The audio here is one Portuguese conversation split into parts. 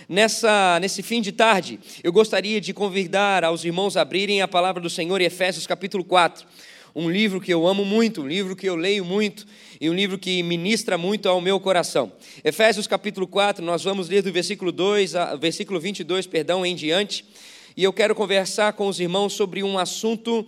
nesse fim de tarde, eu gostaria de convidar aos irmãos a abrirem a palavra do Senhor em Efésios capítulo 4, um livro que eu amo muito, um livro que eu leio muito e um livro que ministra muito ao meu coração. Efésios capítulo 4, nós vamos ler do versículo 22, em diante, e eu quero conversar com os irmãos sobre um assunto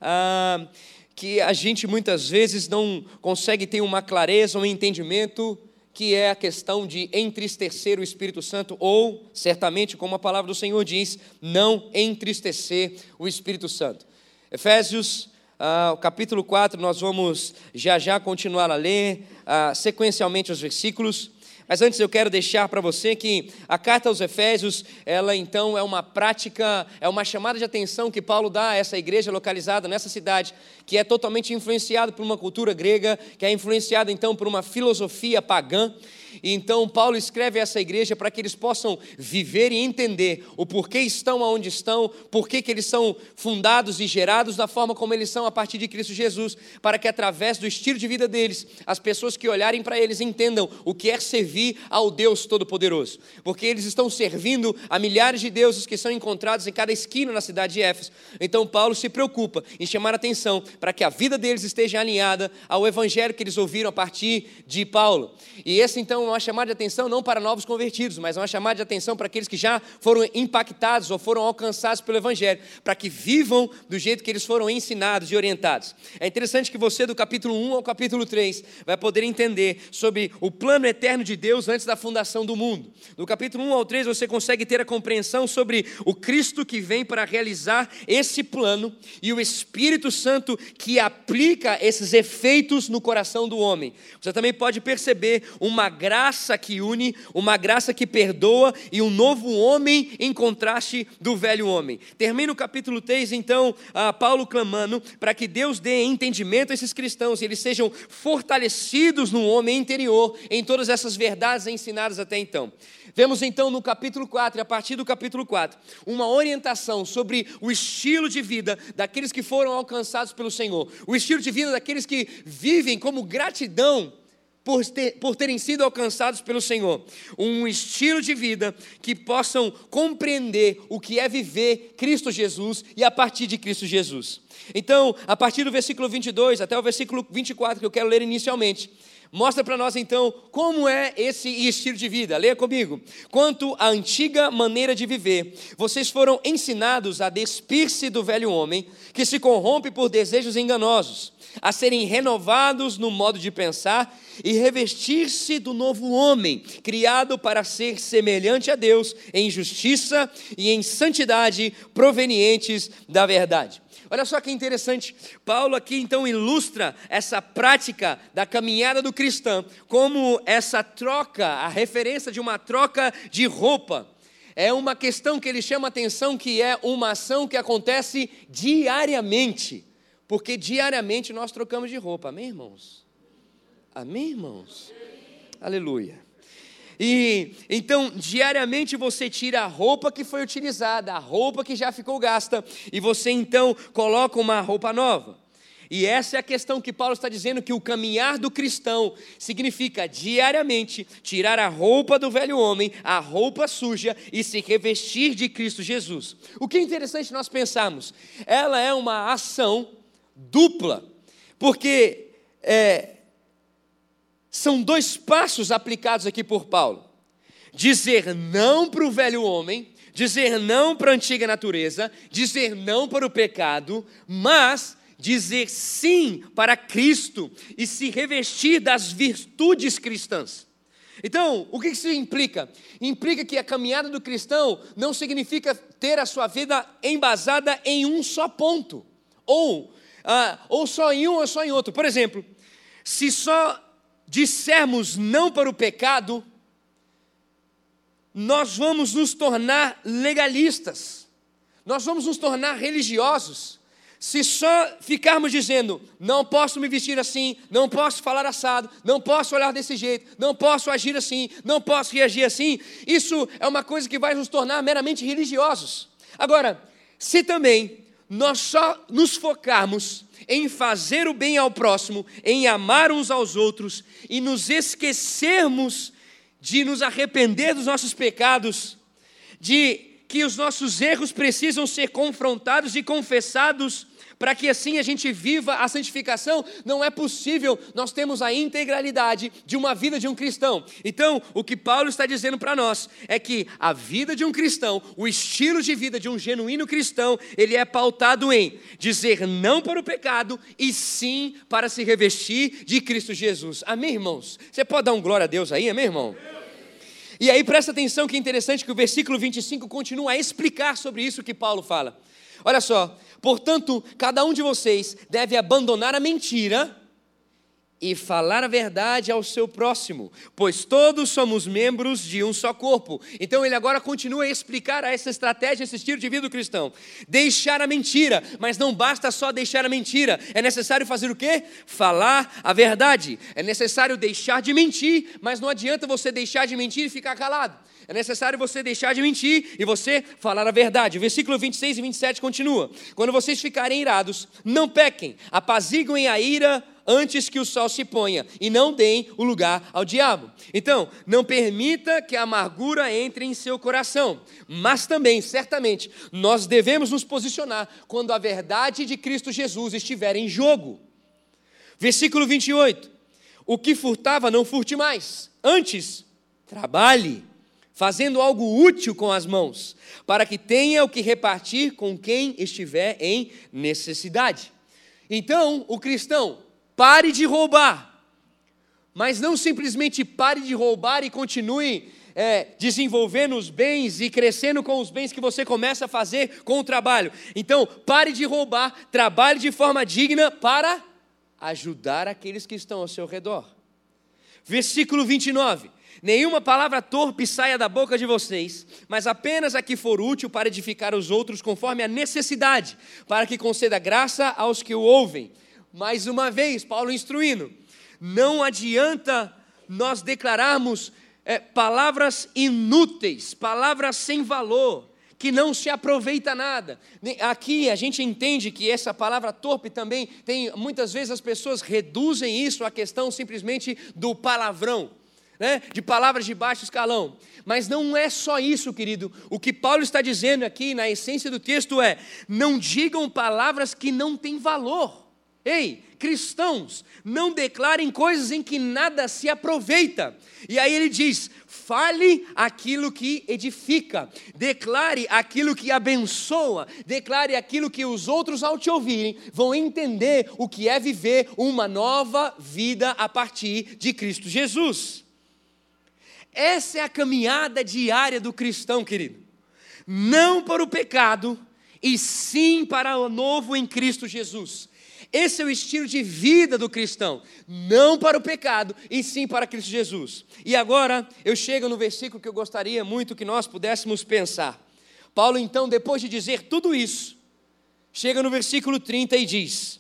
que a gente muitas vezes não consegue ter uma clareza, um entendimento, que é a questão de entristecer o Espírito Santo, ou, certamente, como a palavra do Senhor diz, não entristecer o Espírito Santo. Efésios, capítulo 4, nós vamos já continuar a ler sequencialmente os versículos, mas antes eu quero deixar para você que a carta aos Efésios, ela então é uma prática, é uma chamada de atenção que Paulo dá a essa igreja localizada nessa cidade, que é totalmente influenciada por uma cultura grega, que é influenciada então por uma filosofia pagã. E então Paulo escreve a essa igreja para que eles possam viver e entender o porquê estão onde estão, porquê que eles são fundados e gerados da forma como eles são a partir de Cristo Jesus, para que através do estilo de vida deles, as pessoas que olharem para eles entendam o que é servir ao Deus Todo-Poderoso, porque eles estão servindo a milhares de deuses que são encontrados em cada esquina na cidade de Éfeso. Então Paulo se preocupa em chamar a atenção para que a vida deles esteja alinhada ao evangelho que eles ouviram a partir de Paulo. E esse então é uma chamada de atenção não para novos convertidos, mas é uma chamada de atenção para aqueles que já foram impactados ou foram alcançados pelo evangelho, para que vivam do jeito que eles foram ensinados e orientados. É interessante que você, do capítulo 1 ao capítulo 3, vai poder entender sobre o plano eterno de Deus antes da fundação do mundo. Do capítulo 1 ao 3, você consegue ter a compreensão sobre o Cristo que vem para realizar esse plano e o Espírito Santo que aplica esses efeitos no coração do homem. Você também pode perceber uma graça que une, uma graça que perdoa e um novo homem em contraste do velho homem. Termina o capítulo 3, então, Paulo clamando para que Deus dê entendimento a esses cristãos e eles sejam fortalecidos no homem interior em todas essas verdades ensinadas até então. Vemos então no capítulo 4, e a partir do capítulo 4, uma orientação sobre o estilo de vida daqueles que foram alcançados pelo Senhor, o estilo de vida daqueles que vivem como gratidão por terem sido alcançados pelo Senhor, um estilo de vida que possam compreender o que é viver Cristo Jesus e a partir de Cristo Jesus. Então, a partir do versículo 22 até o versículo 24, que eu quero ler inicialmente, mostra para nós então como é esse estilo de vida. Leia comigo. Quanto à antiga maneira de viver, vocês foram ensinados a despir-se do velho homem, que se corrompe por desejos enganosos, a serem renovados no modo de pensar e revestir-se do novo homem, criado para ser semelhante a Deus em justiça e em santidade provenientes da verdade. Olha só que interessante, Paulo aqui então ilustra essa prática da caminhada do cristão, como essa troca, a referência de uma troca de roupa. É uma questão que ele chama a atenção, que é uma ação que acontece diariamente, porque diariamente nós trocamos de roupa, amém, irmãos? Amém, irmãos? Aleluia. E então, diariamente você tira a roupa que foi utilizada, a roupa que já ficou gasta, e você então coloca uma roupa nova. E essa é a questão que Paulo está dizendo, que o caminhar do cristão significa diariamente tirar a roupa do velho homem, a roupa suja, e se revestir de Cristo Jesus. O que é interessante nós pensarmos, ela é uma ação dupla, porque são dois passos aplicados aqui por Paulo: dizer não para o velho homem, dizer não para a antiga natureza, dizer não para o pecado, mas dizer sim para Cristo e se revestir das virtudes cristãs. Então, o que isso implica? Implica que a caminhada do cristão não significa ter a sua vida embasada em um só ponto, ou só em um ou só em outro. Por exemplo, se só dissermos não para o pecado, nós vamos nos tornar legalistas, nós vamos nos tornar religiosos. Se só ficarmos dizendo, não posso me vestir assim, não posso falar assado, não posso olhar desse jeito, não posso agir assim, não posso reagir assim, isso é uma coisa que vai nos tornar meramente religiosos. Agora, se também nós só nos focarmos em fazer o bem ao próximo, em amar uns aos outros e nos esquecermos de nos arrepender dos nossos pecados, de que os nossos erros precisam ser confrontados e confessados para que assim a gente viva a santificação, não é possível nós temos a integralidade de uma vida de um cristão. Então, o que Paulo está dizendo para nós é que a vida de um cristão, o estilo de vida de um genuíno cristão, ele é pautado em dizer não para o pecado e sim para se revestir de Cristo Jesus. Amém, irmãos? Você pode dar um glória a Deus aí, amém, irmão? E aí presta atenção que é interessante que o versículo 25 continua a explicar sobre isso que Paulo fala. Olha só, portanto, cada um de vocês deve abandonar a mentira e falar a verdade ao seu próximo, pois todos somos membros de um só corpo. Então ele agora continua a explicar essa estratégia, esse estilo de vida do cristão. Deixar a mentira, mas não basta só deixar a mentira, é necessário fazer o quê? Falar a verdade. É necessário deixar de mentir, mas não adianta você deixar de mentir e ficar calado. É necessário você deixar de mentir e você falar a verdade. O versículo 26 e 27 continua. Quando vocês ficarem irados, não pequem, apaziguem a ira antes que o sol se ponha, e não deem o lugar ao diabo. Então, não permita que a amargura entre em seu coração, mas também, certamente, nós devemos nos posicionar quando a verdade de Cristo Jesus estiver em jogo. Versículo 28, o que furtava não furte mais, antes, trabalhe, fazendo algo útil com as mãos, para que tenha o que repartir com quem estiver em necessidade. Então, o cristão, pare de roubar, mas não simplesmente pare de roubar e continue desenvolvendo os bens e crescendo com os bens que você começa a fazer com o trabalho. Então, pare de roubar, trabalhe de forma digna para ajudar aqueles que estão ao seu redor. Versículo 29. Nenhuma palavra torpe saia da boca de vocês, mas apenas a que for útil para edificar os outros conforme a necessidade, para que conceda graça aos que o ouvem. Mais uma vez, Paulo instruindo, não adianta nós declararmos palavras inúteis, palavras sem valor, que não se aproveita nada. Aqui a gente entende que essa palavra torpe também tem, muitas vezes as pessoas reduzem isso à questão simplesmente do palavrão, de palavras de baixo escalão. Mas não é só isso, querido. O que Paulo está dizendo aqui na essência do texto é, não digam palavras que não têm valor. Ei, cristãos, não declarem coisas em que nada se aproveita. E aí ele diz, fale aquilo que edifica, declare aquilo que abençoa, declare aquilo que os outros ao te ouvirem vão entender o que é viver uma nova vida a partir de Cristo Jesus. Essa é a caminhada diária do cristão, querido. Não para o pecado, e sim para o novo em Cristo Jesus. Esse é o estilo de vida do cristão, não para o pecado, e sim para Cristo Jesus. E agora, eu chego no versículo que eu gostaria muito que nós pudéssemos pensar. Paulo, então, depois de dizer tudo isso, chega no versículo 30 e diz,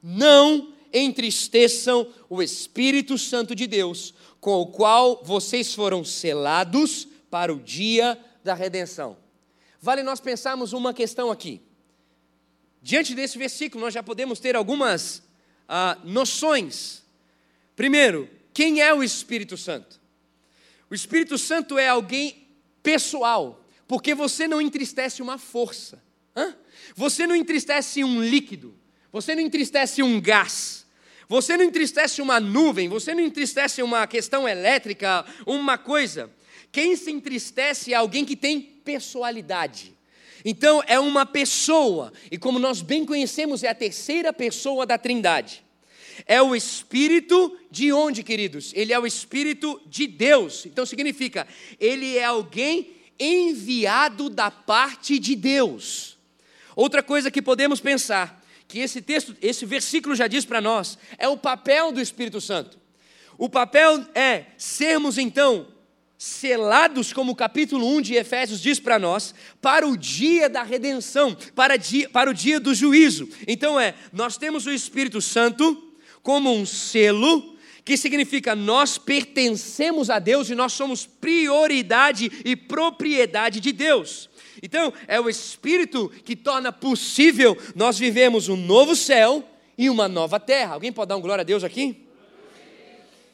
não entristeçam o Espírito Santo de Deus, com o qual vocês foram selados para o dia da redenção. Vale nós pensarmos uma questão aqui. Diante desse versículo, nós já podemos ter algumas noções. Primeiro, quem é o Espírito Santo? O Espírito Santo é alguém pessoal, porque você não entristece uma força. Você não entristece um líquido, você não entristece um gás, você não entristece uma nuvem, você não entristece uma questão elétrica, uma coisa. Quem se entristece é alguém que tem pessoalidade. Então, é uma pessoa, e como nós bem conhecemos, é a terceira pessoa da Trindade. É o Espírito de onde, queridos? Ele é o Espírito de Deus. Então, significa, ele é alguém enviado da parte de Deus. Outra coisa que podemos pensar, que esse versículo já diz para nós, é o papel do Espírito Santo. O papel é sermos, então, selados, como o capítulo 1 de Efésios diz para nós, para o dia da redenção, para o dia do juízo. Então nós temos o Espírito Santo como um selo, que significa nós pertencemos a Deus e nós somos prioridade e propriedade de Deus. Então é o Espírito que torna possível nós vivemos um novo céu e uma nova terra. Alguém pode dar um glória a Deus aqui?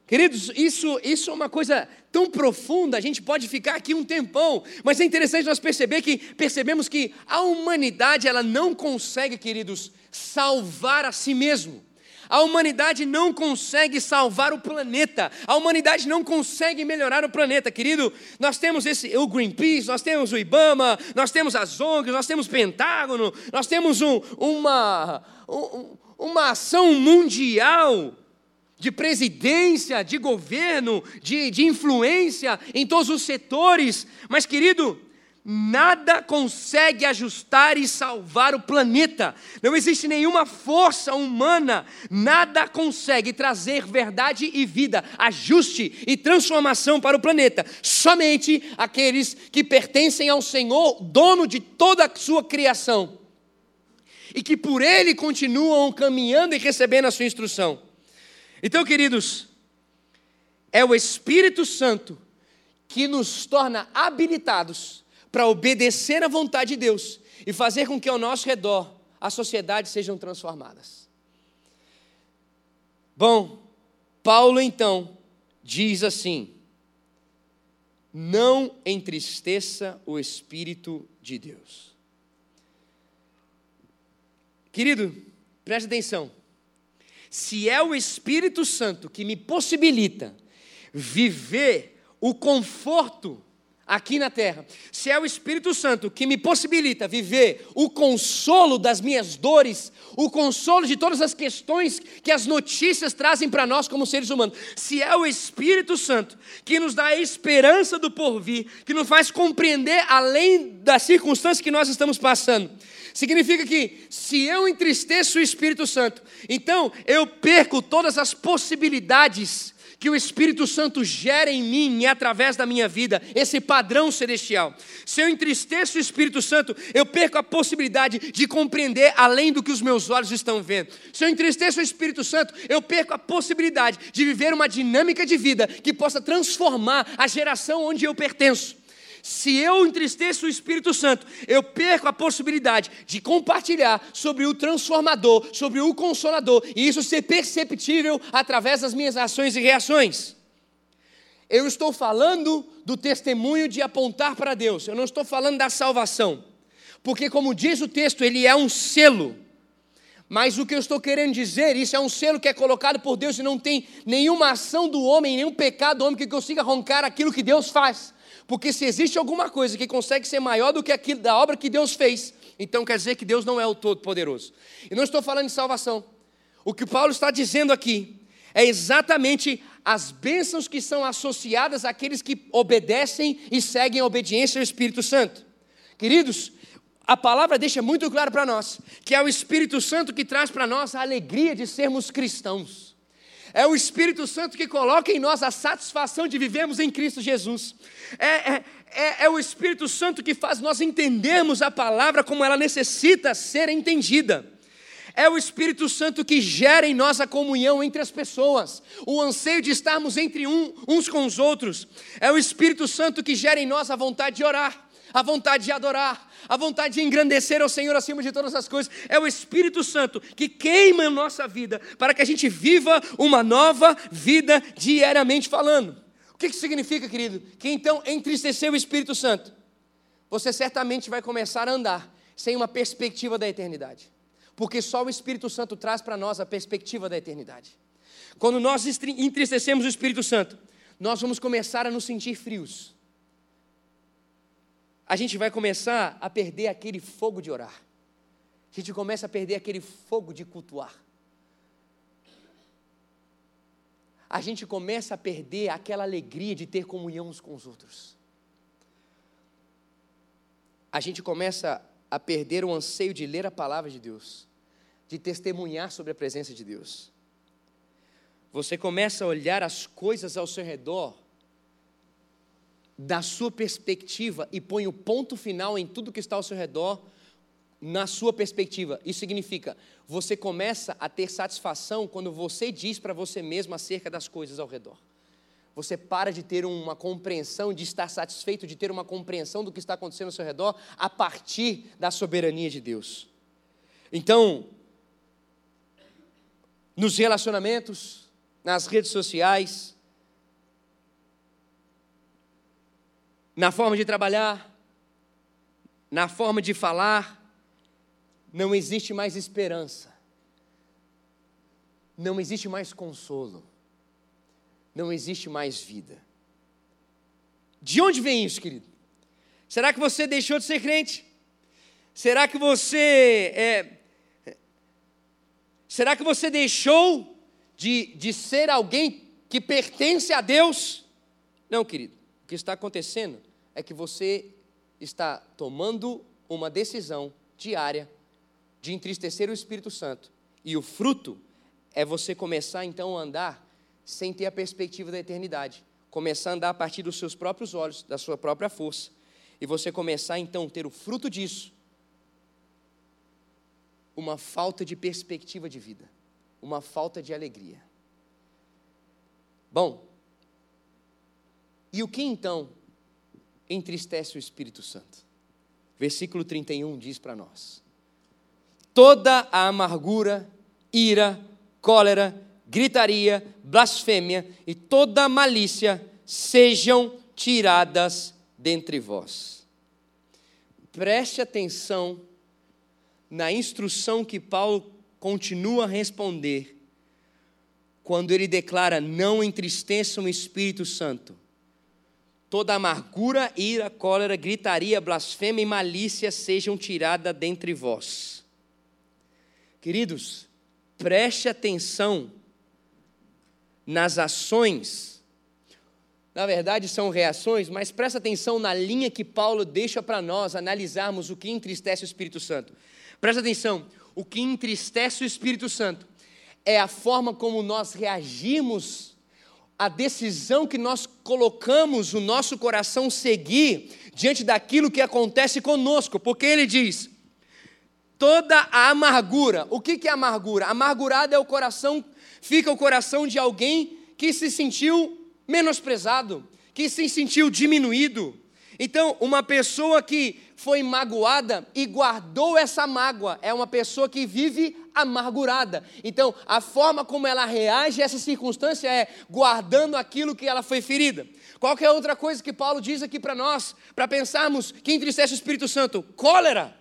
Queridos, isso é uma coisa tão profunda, a gente pode ficar aqui um tempão, mas é interessante nós percebemos que a humanidade, ela não consegue, queridos, salvar a si mesmo. A humanidade não consegue salvar o planeta, a humanidade não consegue melhorar o planeta, querido. Nós temos o Greenpeace, nós temos o IBAMA, nós temos as ONGs, nós temos o Pentágono, nós temos uma ação mundial de presidência, de governo, de influência em todos os setores, mas, querido, nada consegue ajustar e salvar o planeta. Não existe nenhuma força humana, nada consegue trazer verdade e vida, ajuste e transformação para o planeta. Somente aqueles que pertencem ao Senhor, dono de toda a sua criação, e que por Ele continuam caminhando e recebendo a sua instrução. Então, queridos, é o Espírito Santo que nos torna habilitados para obedecer à vontade de Deus e fazer com que ao nosso redor as sociedades sejam transformadas. Bom, Paulo então diz assim: não entristeça o Espírito de Deus. Querido, preste atenção. Se é o Espírito Santo que me possibilita viver o conforto aqui na terra, se é o Espírito Santo que me possibilita viver o consolo das minhas dores, o consolo de todas as questões que as notícias trazem para nós como seres humanos, se é o Espírito Santo que nos dá a esperança do porvir, que nos faz compreender além das circunstâncias que nós estamos passando, significa que se eu entristeço o Espírito Santo, então eu perco todas as possibilidades que o Espírito Santo gera em mim e através da minha vida, esse padrão celestial. Se eu entristeço o Espírito Santo, eu perco a possibilidade de compreender além do que os meus olhos estão vendo. Se eu entristeço o Espírito Santo, eu perco a possibilidade de viver uma dinâmica de vida que possa transformar a geração onde eu pertenço. Se eu entristeço o Espírito Santo, eu perco a possibilidade de compartilhar sobre o transformador, sobre o consolador, e isso ser perceptível através das minhas ações e reações. Eu estou falando do testemunho de apontar para Deus, eu não estou falando da salvação, porque como diz o texto, ele é um selo. Mas o que eu estou querendo dizer, isso é um selo que é colocado por Deus e não tem nenhuma ação do homem, nenhum pecado do homem que consiga arrancar aquilo que Deus faz. Porque se existe alguma coisa que consegue ser maior do que aquilo da obra que Deus fez, então quer dizer que Deus não é o Todo-Poderoso. E não estou falando de salvação. O que Paulo está dizendo aqui é exatamente as bênçãos que são associadas àqueles que obedecem e seguem a obediência ao Espírito Santo. Queridos, a palavra deixa muito claro para nós que é o Espírito Santo que traz para nós a alegria de sermos cristãos. É o Espírito Santo que coloca em nós a satisfação de vivermos em Cristo Jesus. É o Espírito Santo que faz nós entendermos a palavra como ela necessita ser entendida. É o Espírito Santo que gera em nós a comunhão entre as pessoas, o anseio de estarmos entre uns com os outros. É o Espírito Santo que gera em nós a vontade de orar, a vontade de adorar, a vontade de engrandecer ao Senhor acima de todas as coisas. É o Espírito Santo que queima a nossa vida para que a gente viva uma nova vida diariamente falando. O que significa, querido? Que então entristecer o Espírito Santo, você certamente vai começar a andar sem uma perspectiva da eternidade, porque só o Espírito Santo traz para nós a perspectiva da eternidade. Quando nós entristecemos o Espírito Santo, nós vamos começar a nos sentir frios. A gente vai começar a perder aquele fogo de orar. A gente começa a perder aquele fogo de cultuar. A gente começa a perder aquela alegria de ter comunhão uns com os outros. A gente começa a perder o anseio de ler a palavra de Deus, de testemunhar sobre a presença de Deus. Você começa a olhar as coisas ao seu redor da sua perspectiva e põe o ponto final em tudo que está ao seu redor na sua perspectiva. Isso significa, você começa a ter satisfação quando você diz para você mesmo acerca das coisas ao redor. Você para de ter uma compreensão, de estar satisfeito, de ter uma compreensão do que está acontecendo ao seu redor a partir da soberania de Deus. Então, nos relacionamentos, nas redes sociais, na forma de trabalhar, na forma de falar, não existe mais esperança, não existe mais consolo, não existe mais vida. De onde vem isso, querido? Será que você deixou de ser crente? Será que você deixou de ser alguém que pertence a Deus? Não, querido. O que está acontecendo é que você está tomando uma decisão diária de entristecer o Espírito Santo. E o fruto é você começar então a andar sem ter a perspectiva da eternidade. Começar a andar a partir dos seus próprios olhos, da sua própria força. E você começar então a ter o fruto disso. Uma falta de perspectiva de vida. Uma falta de alegria. Bom, e o que então entristece o Espírito Santo? Versículo 31 diz para nós: toda a amargura, ira, cólera, gritaria, blasfêmia e toda a malícia sejam tiradas dentre vós. Preste atenção na instrução que Paulo continua a responder quando ele declara: não entristeçam o Espírito Santo. Toda amargura, ira, cólera, gritaria, blasfêmia e malícia sejam tiradas dentre vós. Queridos, preste atenção nas ações. Na verdade são reações, mas preste atenção na linha que Paulo deixa para nós analisarmos o que entristece o Espírito Santo. Preste atenção, o que entristece o Espírito Santo é a forma como nós reagimos, a decisão que nós colocamos o nosso coração seguir diante daquilo que acontece conosco, porque ele diz: toda a amargura. O que é amargura? Amargurado é o coração, fica o coração de alguém que se sentiu menosprezado, que se sentiu diminuído. Então, uma pessoa que foi magoada e guardou essa mágoa é uma pessoa que vive amargurada. Então, a forma como ela reage a essa circunstância é guardando aquilo que ela foi ferida. Qualquer outra coisa que Paulo diz aqui para nós, para pensarmos que entristece o Espírito Santo? Cólera.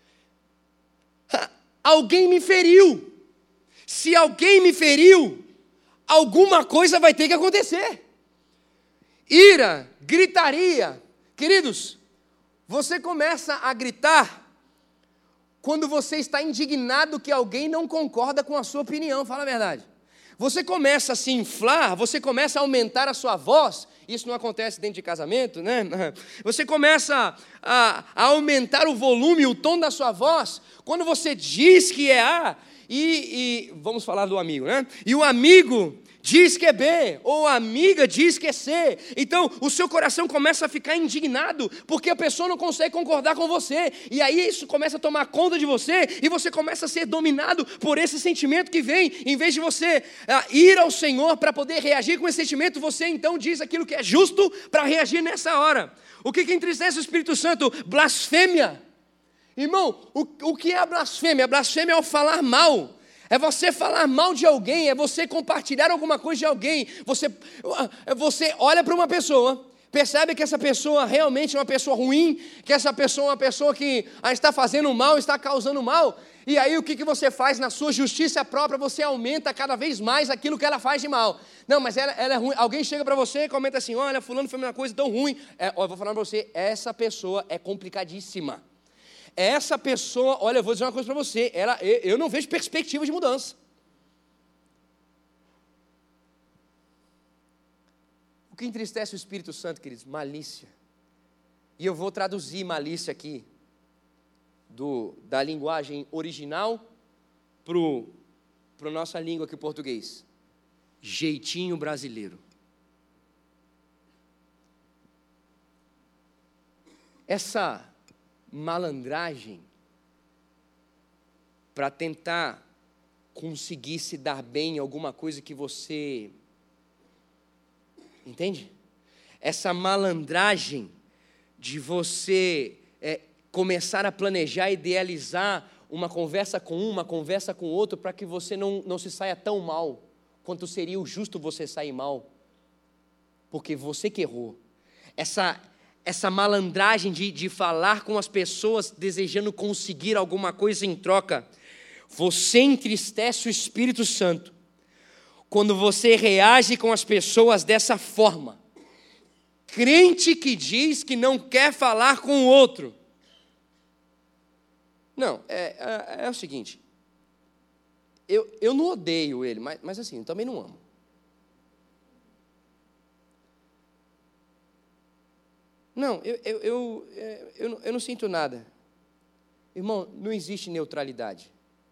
Alguém me feriu. Se alguém me feriu, alguma coisa vai ter que acontecer. Ira, gritaria. Queridos, você começa a gritar quando você está indignado que alguém não concorda com a sua opinião, fala a verdade. Você começa a se inflar, você começa a aumentar a sua voz. Isso não acontece dentro de casamento, né? Você começa a aumentar o volume, o tom da sua voz, quando você diz que é A, e vamos falar do amigo, né? E o amigo diz que é B, ou a amiga diz que é C. Então, o seu coração começa a ficar indignado, porque a pessoa não consegue concordar com você. E aí isso começa a tomar conta de você, e você começa a ser dominado por esse sentimento que vem. Em vez de você ir ao Senhor para poder reagir com esse sentimento, você então diz aquilo que é justo para reagir nessa hora. O que entristece o Espírito Santo? Blasfêmia. Irmão, o que é a blasfêmia? A blasfêmia é o falar mal. É você falar mal de alguém, é você compartilhar alguma coisa de alguém. Você olha para uma pessoa, percebe que essa pessoa realmente é uma pessoa ruim, que essa pessoa é uma pessoa que está fazendo mal, está causando mal. E aí o que você faz na sua justiça própria? Você aumenta cada vez mais aquilo que ela faz de mal. Não, mas ela é ruim. Alguém chega para você e comenta assim: olha, fulano fez uma coisa tão ruim. Eu vou falar para você, essa pessoa é complicadíssima. Essa pessoa, olha, eu vou dizer uma coisa para você, eu não vejo perspectiva de mudança. O que entristece o Espírito Santo, queridos? Malícia. E eu vou traduzir malícia aqui, da linguagem original para a nossa língua aqui, português. Jeitinho brasileiro. Essa malandragem para tentar conseguir se dar bem em alguma coisa que você entende? Essa malandragem de você começar a planejar, idealizar uma conversa com uma conversa com outro para que você não se saia tão mal quanto seria o justo você sair mal, porque você que errou. essa malandragem de falar com as pessoas desejando conseguir alguma coisa em troca, você entristece o Espírito Santo quando você reage com as pessoas dessa forma. Crente que diz que não quer falar com o outro. Não, é o seguinte, eu não odeio ele, mas assim, eu também não amo. Não, eu não sinto nada. Irmão, não existe neutralidade.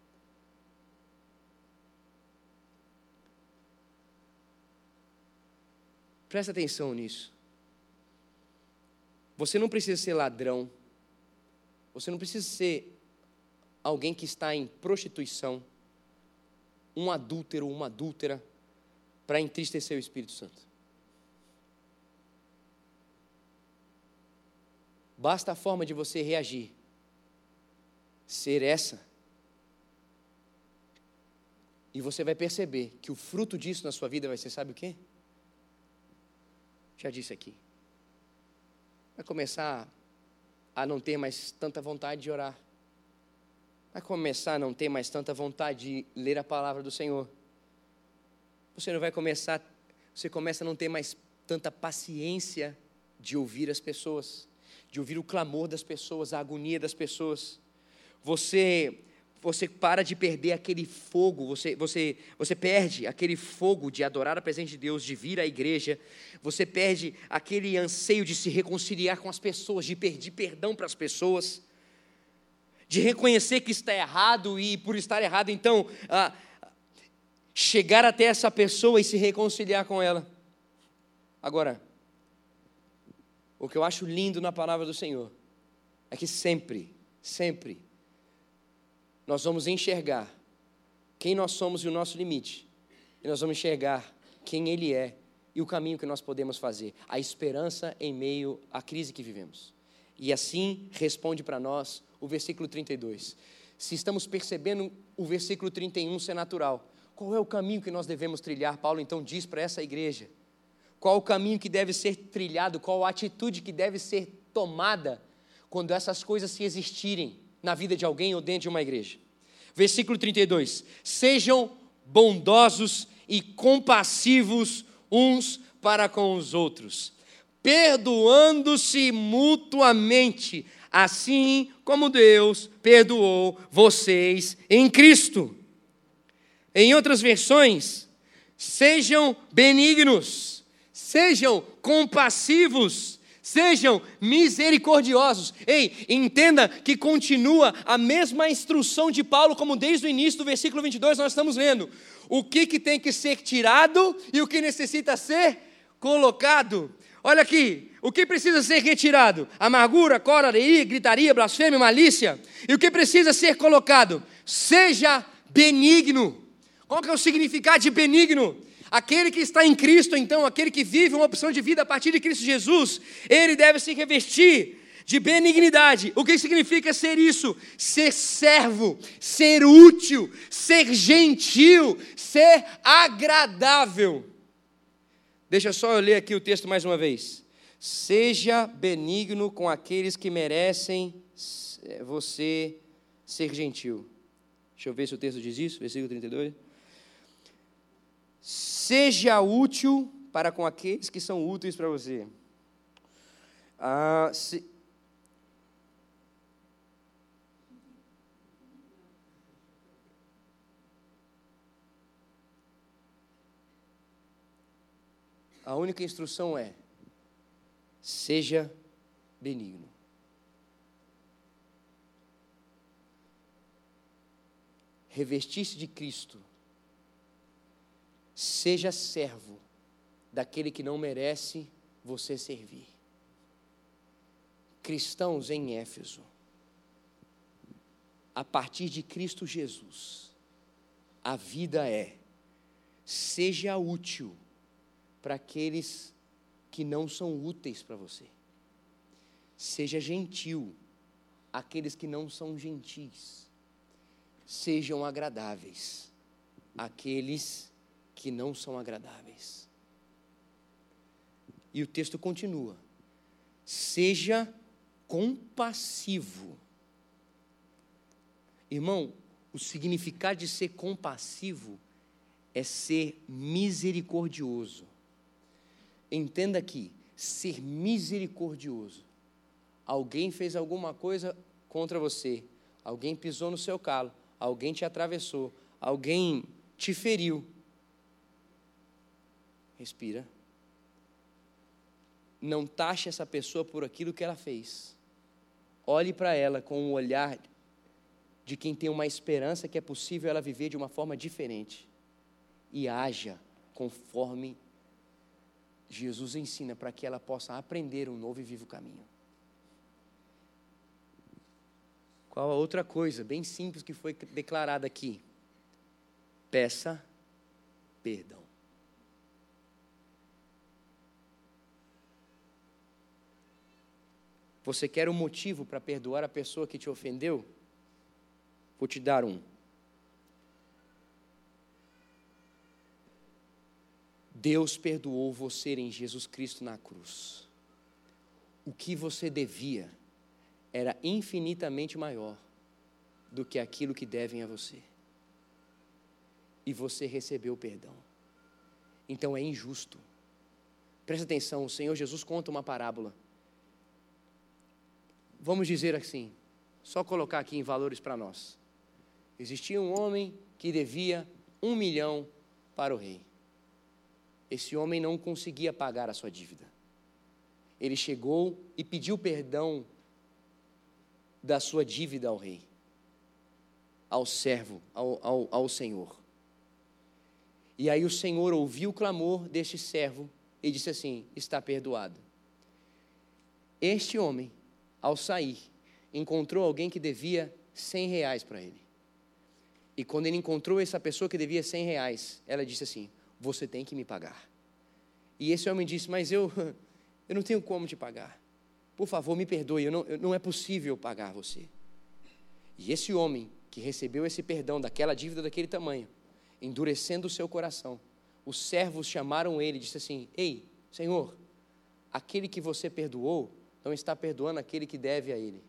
Presta atenção nisso. Você não precisa ser ladrão. Você não precisa ser alguém que está em prostituição, um adúltero, uma adúltera, para entristecer o Espírito Santo. Basta a forma de você reagir ser essa, e você vai perceber que o fruto disso na sua vida vai ser, sabe o quê? Já disse aqui. Vai começar a não ter mais tanta vontade de orar. Vai começar a não ter mais tanta vontade de ler a palavra do Senhor. Você começa a não ter mais tanta paciência de ouvir as pessoas, de ouvir o clamor das pessoas, a agonia das pessoas. Você para de perder aquele fogo, você perde aquele fogo de adorar a presença de Deus, de vir à igreja, você perde aquele anseio de se reconciliar com as pessoas, de pedir perdão para as pessoas, de reconhecer que está errado e por estar errado, então, chegar até essa pessoa e se reconciliar com ela. Agora, o que eu acho lindo na palavra do Senhor é que sempre nós vamos enxergar quem nós somos e o nosso limite, e nós vamos enxergar quem Ele é e o caminho que nós podemos fazer, a esperança em meio à crise que vivemos. E assim responde para nós o versículo 32. Se estamos percebendo o versículo 31 ser natural, qual é o caminho que nós devemos trilhar? Paulo então diz para essa igreja, qual o caminho que deve ser trilhado, qual a atitude que deve ser tomada quando essas coisas se existirem na vida de alguém ou dentro de uma igreja. Versículo 32. Sejam bondosos e compassivos uns para com os outros, perdoando-se mutuamente, assim como Deus perdoou vocês em Cristo. Em outras versões, sejam benignos, sejam compassivos, sejam misericordiosos. Ei, entenda que continua a mesma instrução de Paulo, como desde o início do versículo 22 nós estamos lendo. O que tem que ser tirado e o que necessita ser colocado. Olha aqui, o que precisa ser retirado? Amargura, cólera, gritaria, blasfêmia, malícia. E o que precisa ser colocado? Seja benigno. Qual que é o significado de benigno? Aquele que está em Cristo, então, aquele que vive uma opção de vida a partir de Cristo Jesus, ele deve se revestir de benignidade. O que significa ser isso? Ser servo, ser útil, ser gentil, ser agradável. Deixa só eu ler aqui o texto mais uma vez. Seja benigno com aqueles que merecem você ser gentil. Deixa eu ver se o texto diz isso, versículo 32. Seja útil para com aqueles que são úteis para você. A única instrução é: seja benigno. Revestir-se de Cristo. Seja servo daquele que não merece você servir. Cristãos em Éfeso, a partir de Cristo Jesus, a vida é: seja útil para aqueles que não são úteis para você. Seja gentil àqueles que não são gentis. Sejam agradáveis àqueles que não são agradáveis. E o texto continua. Seja compassivo. Irmão, o significado de ser compassivo é ser misericordioso. Entenda aqui, ser misericordioso. Alguém fez alguma coisa contra você, alguém pisou no seu calo, alguém te atravessou, alguém te feriu. Respira. Não taxe essa pessoa por aquilo que ela fez. Olhe para ela com o olhar de quem tem uma esperança que é possível ela viver de uma forma diferente. E haja conforme Jesus ensina, para que ela possa aprender um novo e vivo caminho. Qual a outra coisa bem simples que foi declarada aqui? Peça perdão. Você quer um motivo para perdoar a pessoa que te ofendeu? Vou te dar um. Deus perdoou você em Jesus Cristo na cruz. O que você devia era infinitamente maior do que aquilo que devem a você. E você recebeu perdão. Então é injusto. Presta atenção, o Senhor Jesus conta uma parábola. Vamos dizer assim, só colocar aqui em valores para nós. Existia um homem que devia 1 milhão para o rei. Esse homem não conseguia pagar a sua dívida. Ele chegou e pediu perdão da sua dívida ao rei, ao servo, ao Senhor. E aí o Senhor ouviu o clamor deste servo e disse assim: está perdoado. Este homem, ao sair, encontrou alguém que devia 100 reais para ele. E quando ele encontrou essa pessoa que devia 100 reais, ela disse assim: você tem que me pagar. E esse homem disse: mas eu não tenho como te pagar. Por favor, me perdoe, não é possível pagar você. E esse homem que recebeu esse perdão daquela dívida daquele tamanho, endurecendo o seu coração, os servos chamaram ele e disse assim: ei, Senhor, aquele que você perdoou não está perdoando aquele que deve a ele.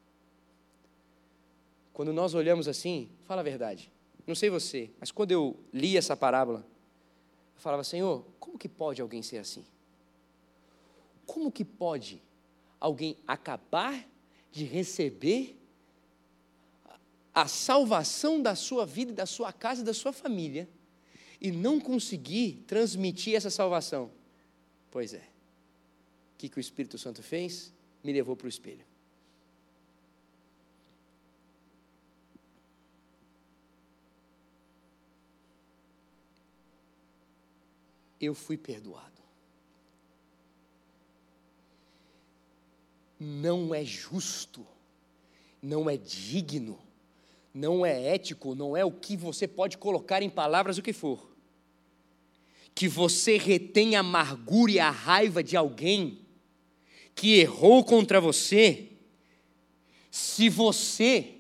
Quando nós olhamos assim, fala a verdade, não sei você, mas quando eu li essa parábola, eu falava: Senhor, como que pode alguém ser assim? Como que pode alguém acabar de receber a salvação da sua vida, da sua casa e da sua família e não conseguir transmitir essa salvação? Pois é. O que o Espírito Santo fez? Me levou para o espelho. Eu fui perdoado. Não é justo, não é digno, não é ético, não é o que você pode colocar em palavras o que for, que você retenha a amargura e a raiva de alguém que errou contra você, se você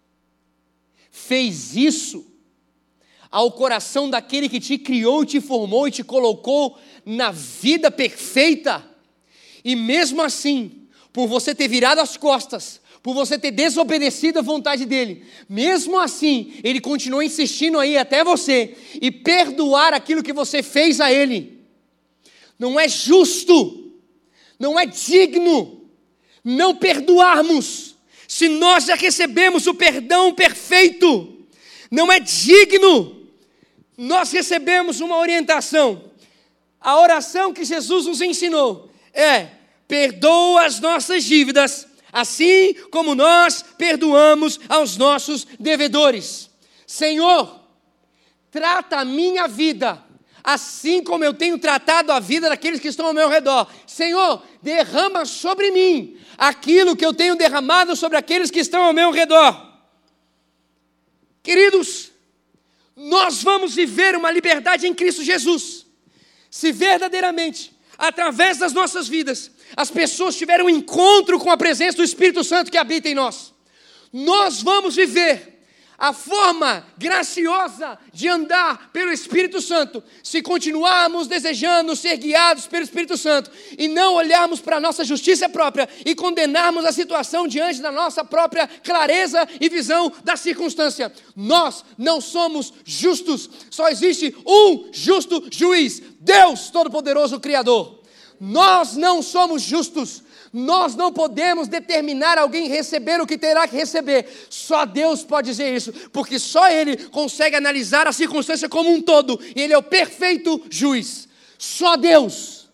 fez isso ao coração daquele que te criou, te formou e te colocou na vida perfeita, e mesmo assim, por você ter virado as costas, por você ter desobedecido à vontade dele, mesmo assim, ele continuou insistindo aí até você, e perdoar aquilo que você fez a ele. Não é justo, não é digno não perdoarmos, se nós já recebemos o perdão perfeito. Não é digno. Nós recebemos uma orientação. A oração que Jesus nos ensinou é: perdoa as nossas dívidas, assim como nós perdoamos aos nossos devedores. Senhor, trata a minha vida assim como eu tenho tratado a vida daqueles que estão ao meu redor. Senhor, derrama sobre mim aquilo que eu tenho derramado sobre aqueles que estão ao meu redor. Queridos, nós vamos viver uma liberdade em Cristo Jesus, se verdadeiramente, através das nossas vidas, as pessoas tiverem um encontro com a presença do Espírito Santo que habita em nós. Nós vamos viver a forma graciosa de andar pelo Espírito Santo, se continuarmos desejando ser guiados pelo Espírito Santo e não olharmos para a nossa justiça própria e condenarmos a situação diante da nossa própria clareza e visão da circunstância. Nós não somos justos, só existe um justo juiz, Deus Todo-Poderoso Criador. Nós não somos justos. Nós não podemos determinar alguém receber o que terá que receber. Só Deus pode dizer isso, porque só Ele consegue analisar a circunstância como um todo, e Ele é o perfeito juiz. Só Deus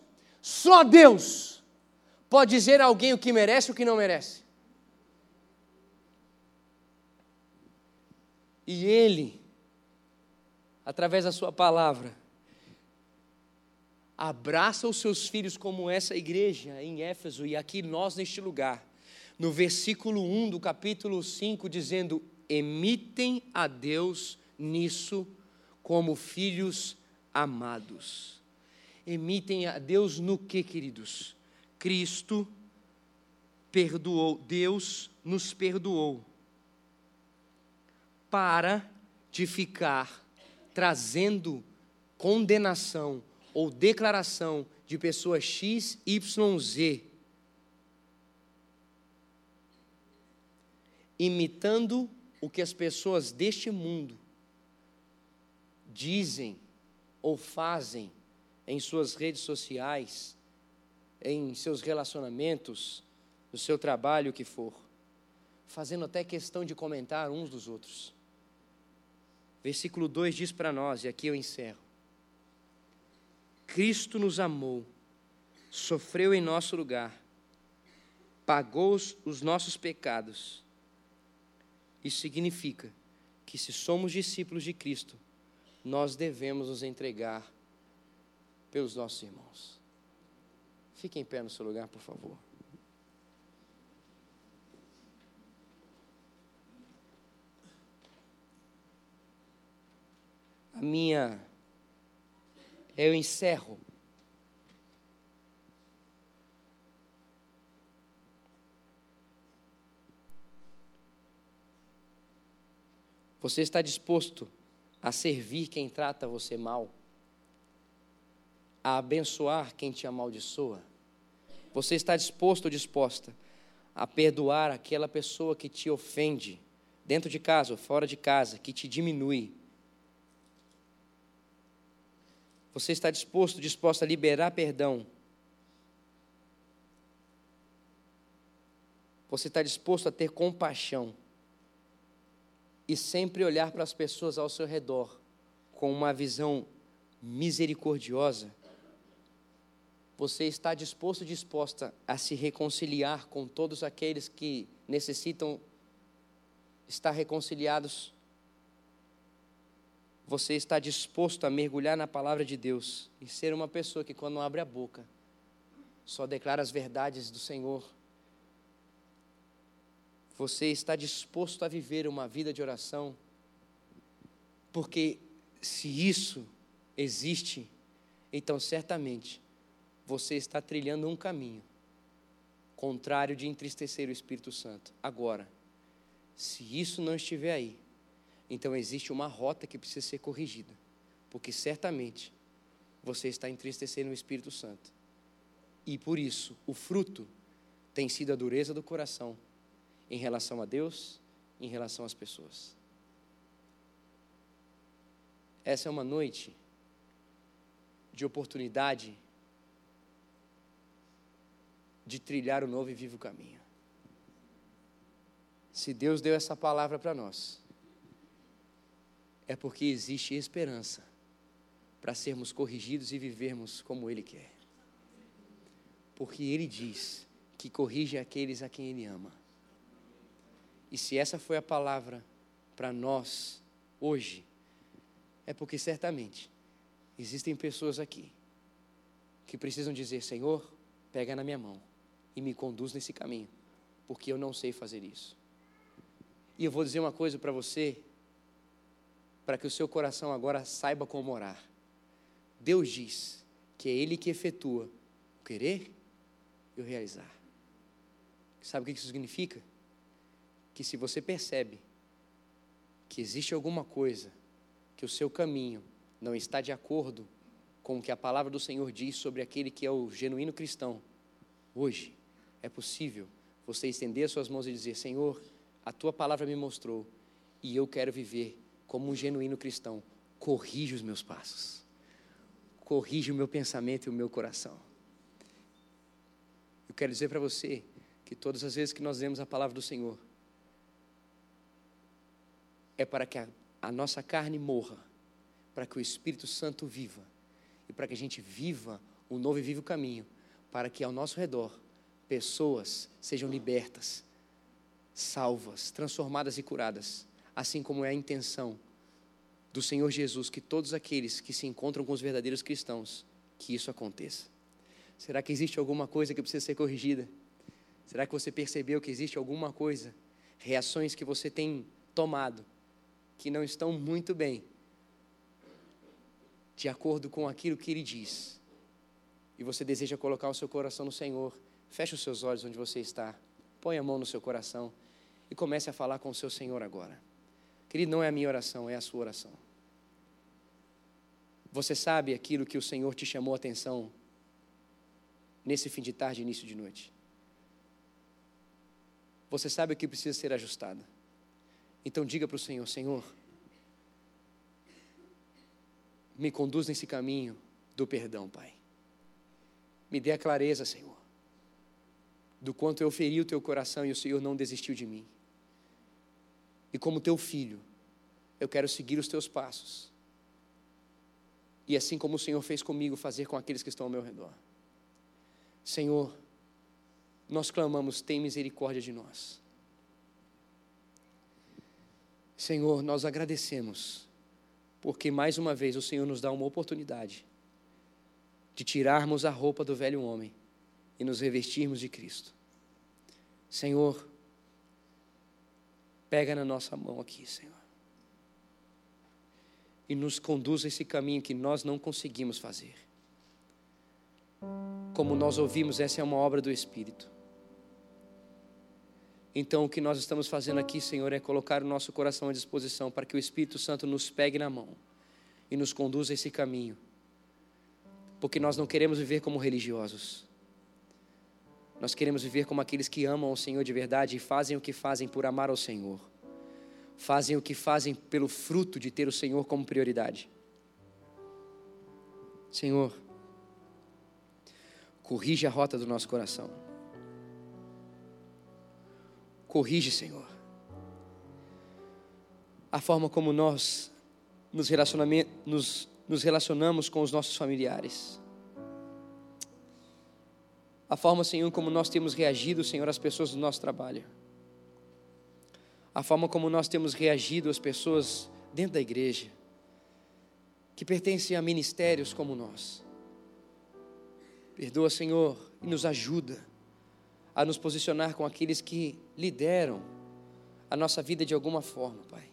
pode dizer a alguém o que merece e o que não merece. E Ele, através da sua palavra, abraça os seus filhos como essa igreja em Éfeso e aqui nós neste lugar, no versículo 1 do capítulo 5, dizendo: emitem a Deus nisso como filhos amados. Emitem a Deus no que, queridos? Cristo perdoou, Deus nos perdoou para de ficar trazendo condenação ou declaração de pessoa X, Y, Z, imitando o que as pessoas deste mundo dizem ou fazem em suas redes sociais, em seus relacionamentos, no seu trabalho, o que for, fazendo até questão de comentar uns dos outros. Versículo 2 diz para nós, e aqui eu encerro: Cristo nos amou, sofreu em nosso lugar, pagou os nossos pecados. Isso significa que, se somos discípulos de Cristo, nós devemos nos entregar pelos nossos irmãos. Fique em pé no seu lugar, por favor. Eu encerro. Você está disposto a servir quem trata você mal? A abençoar quem te amaldiçoa? Você está disposto ou disposta a perdoar aquela pessoa que te ofende, dentro de casa ou fora de casa, que te diminui? Você está disposto, disposta a liberar perdão? Você está disposto a ter compaixão e sempre olhar para as pessoas ao seu redor com uma visão misericordiosa? Você está disposto, disposta a se reconciliar com todos aqueles que necessitam estar reconciliados? Você está disposto a mergulhar na palavra de Deus e ser uma pessoa que, quando abre a boca, só declara as verdades do Senhor? Você está disposto a viver uma vida de oração? Porque se isso existe, então certamente você está trilhando um caminho contrário de entristecer o Espírito Santo. Agora, se isso não estiver aí, então existe uma rota que precisa ser corrigida, porque certamente você está entristecendo o Espírito Santo. E por isso, o fruto tem sido a dureza do coração em relação a Deus, em relação às pessoas. Essa é uma noite de oportunidade de trilhar o novo e vivo caminho. Se Deus deu essa palavra para nós, é porque existe esperança para sermos corrigidos e vivermos como Ele quer. Porque Ele diz que corrige aqueles a quem Ele ama. E se essa foi a palavra para nós hoje, é porque certamente existem pessoas aqui que precisam dizer: Senhor, pega na minha mão e me conduz nesse caminho, porque eu não sei fazer isso. E eu vou dizer uma coisa para você, para que o seu coração agora saiba como orar. Deus diz que é Ele que efetua o querer e o realizar. Sabe o que isso significa? Que se você percebe que existe alguma coisa que o seu caminho não está de acordo com o que a palavra do Senhor diz sobre aquele que é o genuíno cristão, hoje é possível você estender as suas mãos e dizer: Senhor, a tua palavra me mostrou e eu quero viver como um genuíno cristão. Corrige os meus passos, corrige o meu pensamento e o meu coração. Eu quero dizer para você que todas as vezes que nós lemos a palavra do Senhor, é para que a nossa carne morra, para que o Espírito Santo viva, e para que a gente viva um novo e vivo caminho, para que ao nosso redor pessoas sejam libertas, salvas, transformadas e curadas, assim como é a intenção do Senhor Jesus, que todos aqueles que se encontram com os verdadeiros cristãos, que isso aconteça. Será que existe alguma coisa que precisa ser corrigida? Será que você percebeu que existe alguma coisa, reações que você tem tomado, que não estão muito bem, de acordo com aquilo que Ele diz, e você deseja colocar o seu coração no Senhor? Feche os seus olhos onde você está, põe a mão no seu coração e comece a falar com o seu Senhor agora. Querido, não é a minha oração, é a sua oração. Você sabe aquilo que o Senhor te chamou a atenção nesse fim de tarde, início de noite? Você sabe o que precisa ser ajustado? Então diga para o Senhor: Senhor, me conduz nesse caminho do perdão, Pai. Me dê a clareza, Senhor, do quanto eu feri o teu coração e o Senhor não desistiu de mim. E como teu filho, eu quero seguir os teus passos. E assim como o Senhor fez comigo, fazer com aqueles que estão ao meu redor. Senhor, nós clamamos: tem misericórdia de nós. Senhor, nós agradecemos, porque mais uma vez o Senhor nos dá uma oportunidade de tirarmos a roupa do velho homem e nos revestirmos de Cristo. Senhor, pega na nossa mão aqui, Senhor, e nos conduz a esse caminho que nós não conseguimos fazer. Como nós ouvimos, essa é uma obra do Espírito. Então o que nós estamos fazendo aqui, Senhor, é colocar o nosso coração à disposição para que o Espírito Santo nos pegue na mão e nos conduza a esse caminho, porque nós não queremos viver como religiosos. Nós queremos viver como aqueles que amam o Senhor de verdade e fazem o que fazem por amar ao Senhor. Fazem o que fazem pelo fruto de ter o Senhor como prioridade. Senhor, corrige a rota do nosso coração. Corrige, Senhor, a forma como nós nos relacionamos com os nossos familiares. A forma, Senhor, como nós temos reagido, Senhor, às pessoas do nosso trabalho. A forma como nós temos reagido às pessoas dentro da igreja, que pertencem a ministérios como o nosso. Perdoa, Senhor, e nos ajuda a nos posicionar com aqueles que lideram a nossa vida de alguma forma, Pai.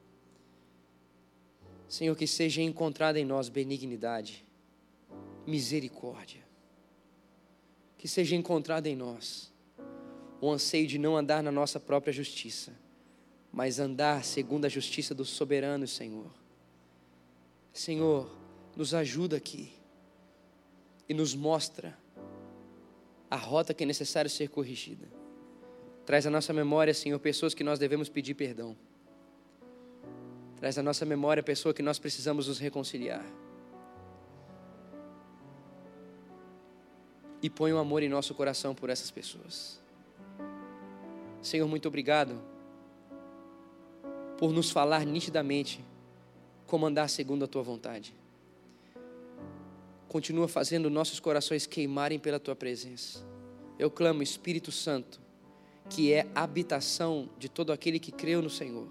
Senhor, que seja encontrada em nós benignidade, misericórdia. Que seja encontrada em nós o anseio de não andar na nossa própria justiça, mas andar segundo a justiça do soberano Senhor. Senhor, nos ajuda aqui e nos mostra a rota que é necessário ser corrigida. Traz à nossa memória, Senhor, pessoas que nós devemos pedir perdão. Traz à nossa memória a pessoa que nós precisamos nos reconciliar. E põe um amor em nosso coração por essas pessoas. Senhor, muito obrigado por nos falar nitidamente como andar segundo a Tua vontade. Continua fazendo nossos corações queimarem pela Tua presença. Eu clamo, Espírito Santo, que é a habitação de todo aquele que creu no Senhor.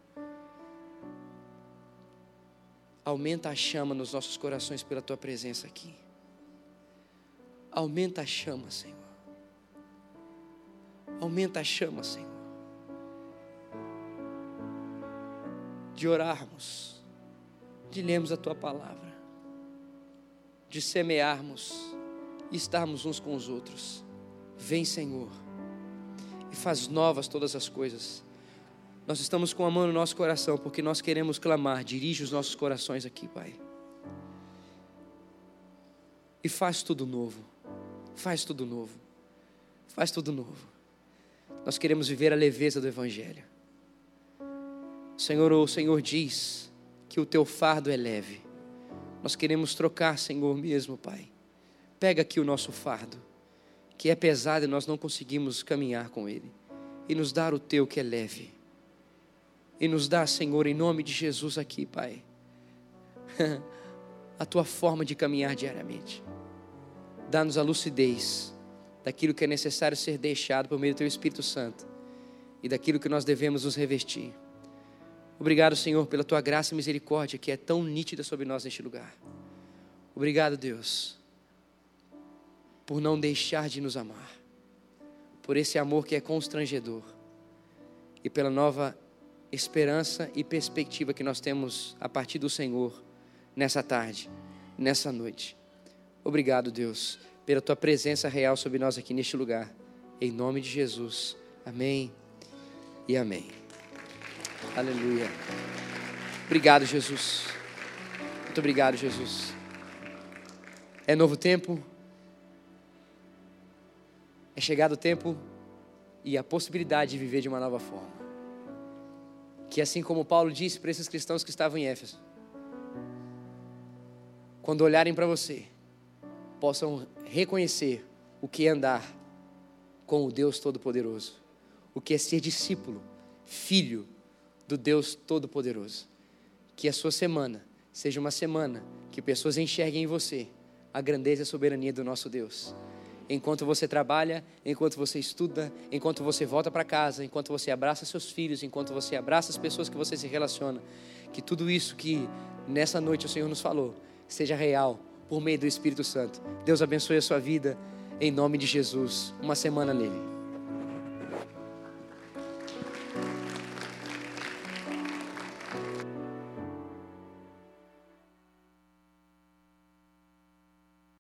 Aumenta a chama nos nossos corações pela Tua presença aqui. Aumenta a chama, Senhor. Aumenta a chama, Senhor. De orarmos, de lermos a Tua palavra, de semearmos e estarmos uns com os outros. Vem, Senhor, e faz novas todas as coisas. Nós estamos com a mão no nosso coração, porque nós queremos clamar. Dirige os nossos corações aqui, Pai. E faz tudo novo. Faz tudo novo. Faz tudo novo. Nós queremos viver a leveza do Evangelho. Senhor, o Senhor diz que o teu fardo é leve. Nós queremos trocar, Senhor, mesmo, Pai. Pega aqui o nosso fardo, que é pesado e nós não conseguimos caminhar com ele. E nos dá o teu que é leve. E nos dá, Senhor, em nome de Jesus aqui, Pai, a tua forma de caminhar diariamente. Dá-nos a lucidez daquilo que é necessário ser deixado por meio do teu Espírito Santo e daquilo que nós devemos nos revestir. Obrigado, Senhor, pela tua graça e misericórdia que é tão nítida sobre nós neste lugar. Obrigado, Deus, por não deixar de nos amar, por esse amor que é constrangedor e pela nova esperança e perspectiva que nós temos a partir do Senhor nessa tarde, nessa noite. Obrigado, Deus, pela tua presença real sobre nós aqui neste lugar. Em nome de Jesus. Amém e amém. Aleluia. Obrigado, Jesus. Muito obrigado, Jesus. É novo tempo. É chegado o tempo e a possibilidade de viver de uma nova forma. Que assim como Paulo disse para esses cristãos que estavam em Éfeso, quando olharem para você, possam reconhecer o que é andar com o Deus Todo-Poderoso, o que é ser discípulo, filho do Deus Todo-Poderoso. Que a sua semana seja uma semana que pessoas enxerguem em você a grandeza e a soberania do nosso Deus. Enquanto você trabalha, enquanto você estuda, enquanto você volta para casa, enquanto você abraça seus filhos, enquanto você abraça as pessoas que você se relaciona, que tudo isso que nessa noite o Senhor nos falou, seja real por meio do Espírito Santo. Deus abençoe a sua vida, em nome de Jesus. Uma semana nele.